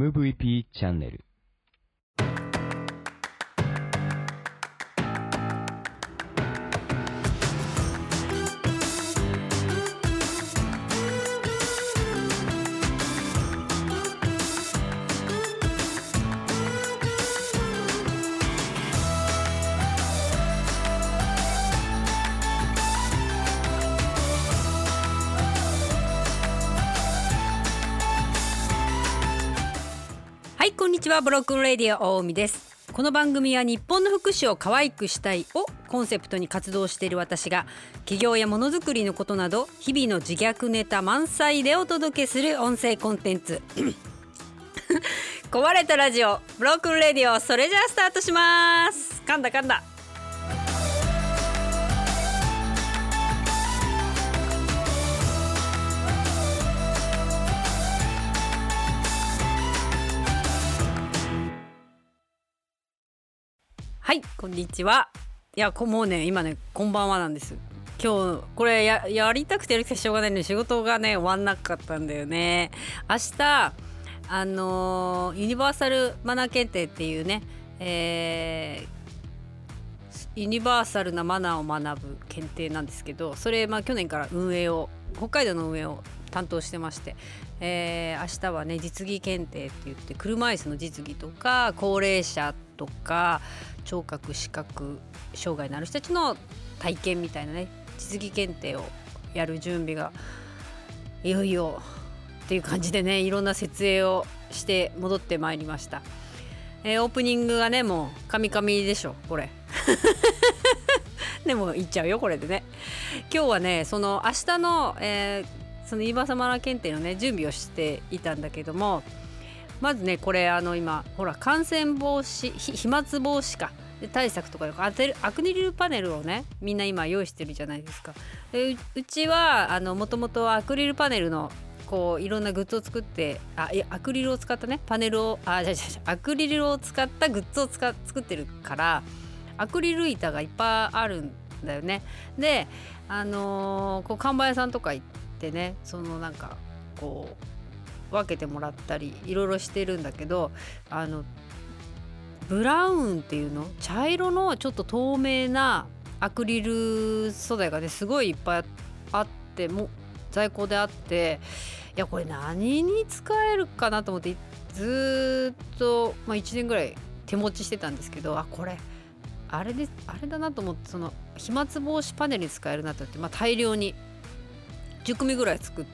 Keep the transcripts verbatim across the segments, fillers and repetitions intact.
エムブイピー チャンネル。 はい、こんにちは。ブロックンレディオ大海です。この番組は日本の福祉を可愛くしたいをコンセプトに活動している私が企業やものづくりのことなど日々の自虐ネタ満載でお届けする音声コンテンツ壊れたラジオブロックンレディオ、それじゃあスタートします。噛んだ噛んだ。はい、こんにちは。いや、もうね、今ね、こんばんはなんです。今日これ や, やりたくてやりたくてしょうがないのに仕事がね終わんなかったんだよね。明日あのー、ユニバーサルマナー検定っていうね、えー、ユニバーサルなマナーを学ぶ検定なんですけど、それ、まあ、去年から運営を北海道の運営を担当してまして、えー、明日はね実技検定って言って車椅子の実技とか高齢者とか聴覚視覚障害のある人たちの体験みたいなね実技検定をやる準備がいよいよっていう感じでね、いろんな設営をして戻ってまいりました。えー、オープニングがねもうカミカミでしょこれでも言っちゃうよこれでね。今日はねその明日の、えー、そのユニバーサルマナー検定のね準備をしていたんだけども、まずねこれあの今ほら感染防止飛沫防止か対策とかでアクリルパネルをねみんな今用意してるじゃないですか。で う, うちはあのもともとアクリルパネルのこういろんなグッズを作ってあいやアクリルを使ったねパネルをあじゃじゃじゃアクリルを使ったグッズを使っ作ってるからアクリル板がいっぱいあるんだよね。であのー、こう看板屋さんとか行ってねそのなんかこう分けてもらったりいろいろしてるんだけど、あのブラウンっていうの茶色のちょっと透明なアクリル素材がねすごいいっぱいあっても在庫であって、いやこれ何に使えるかなと思ってずっと、まあ、いちねんぐらい手持ちしてたんですけど、あこれあれであれだなと思って、その飛沫防止パネルに使えるなと思って、まあ、大量にじゅっこみぐらい作って、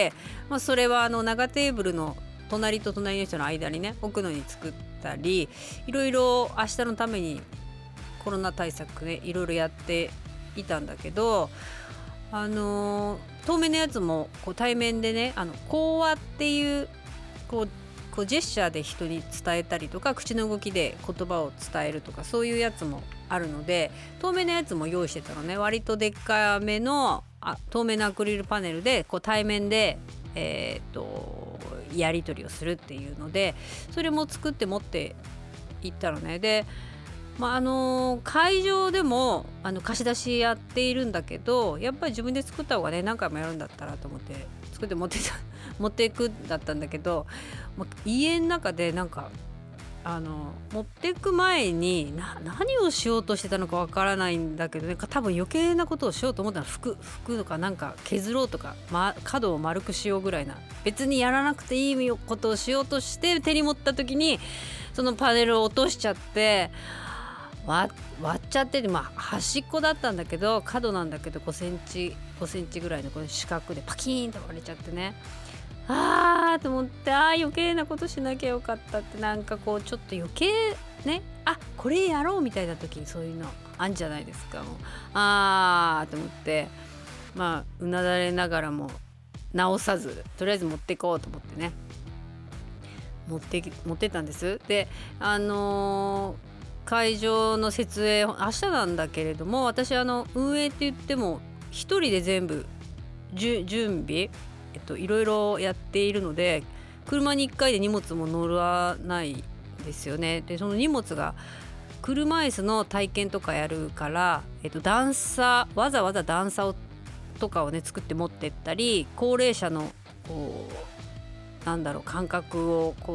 まあ、それはあの長テーブルの隣と隣の人の間にね置くのに作ったり、いろいろ明日のためにコロナ対策ねいろいろやっていたんだけど、あのー、透明のやつもこう対面でねあの講話っていうこうこうジェスチャーで人に伝えたりとか口の動きで言葉を伝えるとかそういうやつもあるので、透明なやつも用意してたのね。割とでっかめのあ透明なアクリルパネルでこう対面で、えー、とやり取りをするっていうのでそれも作って持っていったのね。で、まああのー、会場でもあの貸し出しやっているんだけど、やっぱり自分で作った方がね何回もやるんだったらと思って作って持ってた持っていくんだったんだけど、まあ、家の中でなんかあの持っていく前にな何をしようとしてたのかわからないんだけどね、多分余計なことをしようと思ったら服服とかなんか削ろうとか、ま、角を丸くしようぐらいな別にやらなくていいことをしようとして手に持った時にそのパネルを落としちゃって割, 割っちゃってて、まあ端っこだったんだけど角なんだけどごセンチごセンチぐらいのこの四角でパキーンと割れちゃってね、あーと思って、あー余計なことしなきゃよかったって、なんかこうちょっと余計ねあこれやろうみたいな時にそういうのあんじゃないですか。もうあーと思ってまあうなだれながらも直さずとりあえず持っていこうと思ってね持って持ってったんです。であのー会場の設営明日なんだけれども、私あの運営って言っても一人で全部じゅ準備、えっと、いろいろやっているので車にいっかいで荷物も乗らないですよね。でその荷物が車椅子の体験とかやるから、えっと、段差わざわざ段差をとかをね作って持ってったり、高齢者のこうなんだろう感覚をこう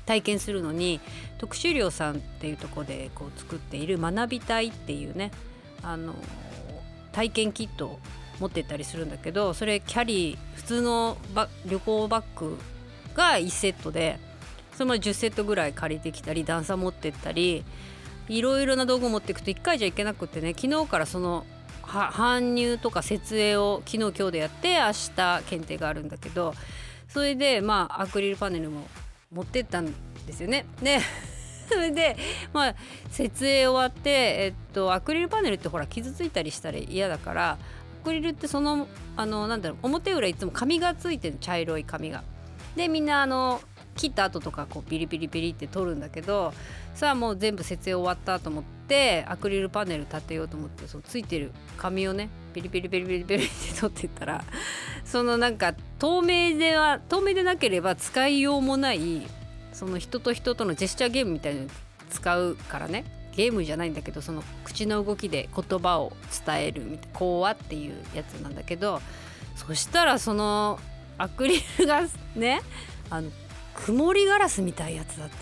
体験するのに特殊寮さんっていうところでこう作っている学びたいっていうねあの体験キットを持ってったりするんだけど、それキャリー普通のバ旅行バッグがいちセットでそのままじゅっセットぐらい借りてきたり段差持ってったりいろいろな道具を持っていくといっかいじゃいけなくってね、昨日からその搬入とか設営を昨日今日でやって明日検定があるんだけど、それでまあアクリルパネルも持ってったんですよね。でそれでまあ設営終わってえっとアクリルパネルってほら傷ついたりしたら嫌だから、アクリルってそのあのなんだろう表裏いつも紙がついてる、茶色い紙がでみんなあの切った後とかこうピリピリピリって取るんだけど、さあもう全部設営終わったと思ってアクリルパネル立てようと思ってそのついてる紙をねピリピリピリピリピリって取っていったら、そのなんか透明では透明でなければ使いようもないその人と人とのジェスチャーゲームみたいなの使うからね、ゲームじゃないんだけどその口の動きで言葉を伝えるみたいな講話っていうやつなんだけど、そしたらそのアクリルがねあの曇りガラスみたいやつだった。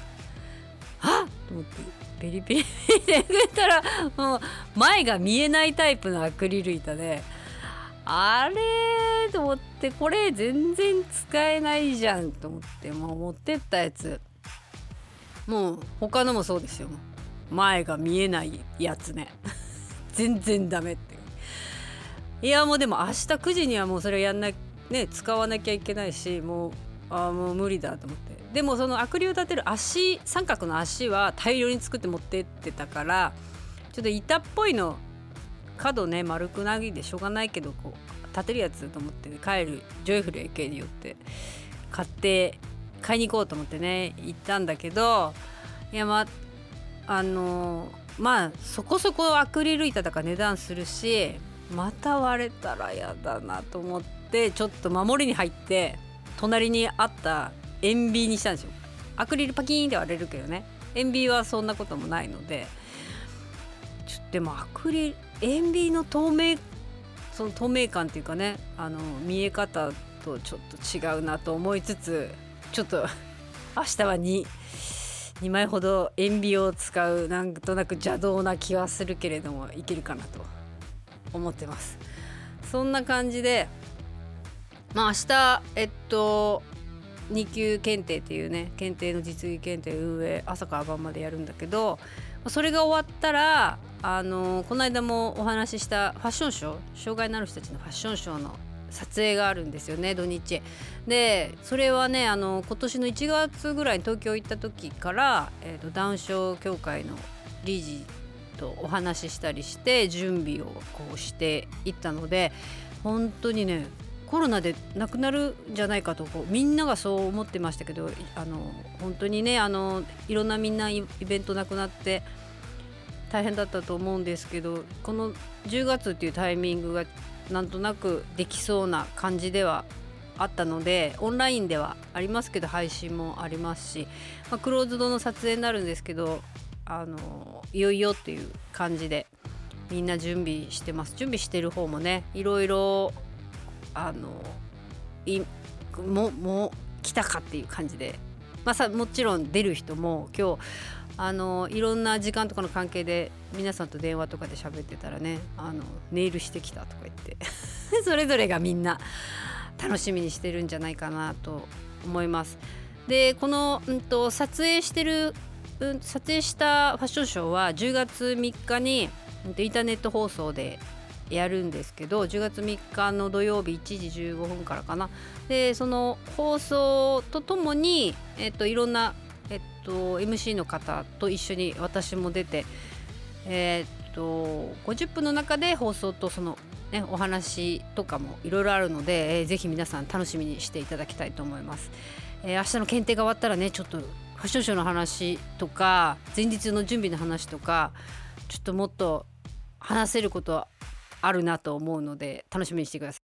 はっと思ってペリペリってくれたらもう前が見えないタイプのアクリル板で、あれと思ってこれ全然使えないじゃんと思ってもう持ってったやつ、もう他のもそうですよ、前が見えないやつね全然ダメって。いやもうでも明日くじにはもうそれやんなね使わなきゃいけないし、もうあもう無理だと思って、でもそのアクリル立てる足三角の足は大量に作って持ってってたから、ちょっと板っぽいの角ね丸くなぎでしょうがないけどこう立てるやつと思って、ね、帰るジョイフル駅に寄って買って買いに行こうと思ってね行ったんだけど、いやまああのー、まあそこそこアクリル板だから値段するしまた割れたらやだなと思ってちょっと守りに入って隣にあった塩ビにしたんですよ。アクリルパキーンって割れるけどね、塩ビはそんなこともないので、ちょっとでもアクリル塩ビの透明その透明感っていうかねあの見え方とちょっと違うなと思いつつ、ちょっと明日は 2, にまいほど塩ビを使うなんとなく邪道な気はするけれどもいけるかなと思ってます。そんな感じでまあ明日えっとに級検定っていうね検定の実技検定運営朝から晩までやるんだけど、それが終わったらあのこの間もお話ししたファッションショー、障害のある人たちのファッションショーの撮影があるんですよね土日で。それはねあの今年のいちがつぐらいに東京行った時から、えーと、ダウン症協会の理事とお話ししたりして準備をこうしていったので、本当にねコロナで亡くなるんじゃないかとこうみんながそう思ってましたけど、あの本当にねあのいろんなみんなイベントなくなって大変だったと思うんですけど、このじゅうがつっていうタイミングがなんとなくできそうな感じではあったので、オンラインではありますけど配信もありますし、まあ、クローズドの撮影になるんですけどあのいよいよっていう感じでみんな準備してます。準備してる方もねいろいろあのいももう来たかっていう感じで、まあ、さもちろん出る人も今日あのいろんな時間とかの関係で皆さんと電話とかで喋ってたらねあのネイルしてきたとか言ってそれぞれがみんな楽しみにしてるんじゃないかなと思います。でこの、うん、と撮影してる、うん、撮影したファッションショーはじゅうがつみっかに、うん、とインターネット放送でやるんですけど、じゅうがつみっかの土曜日いちじじゅうごふんからかな。でその放送とともに、えっと、いろんな、えっと、エムシー の方と一緒に私も出て、えっと、ごじゅっぷんの中で放送とその、ね、お話とかもいろいろあるので、えー、ぜひ皆さん楽しみにしていただきたいと思います。えー、明日の検定が終わったらねちょっとファッションショーの話とか前日の準備の話とかちょっともっと話せることあるなと思うので楽しみにしてください。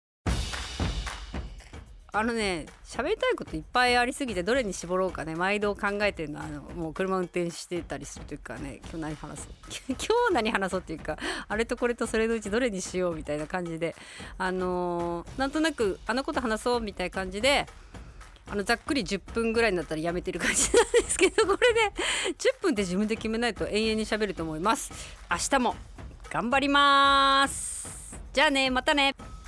あのね喋りたいこといっぱいありすぎてどれに絞ろうかね毎度考えてるのはあのもう車運転してたりするというかね今日何話そう今日何話そうっていうかあれとこれとそれのうちどれにしようみたいな感じであのー、なんとなくあのこと話そうみたいな感じであのざっくりじゅっぷんぐらいになったらやめてる感じなんですけど、これでじゅっぷんって自分で決めないと永遠に喋ると思います。明日も頑張ります。じゃあね、またね。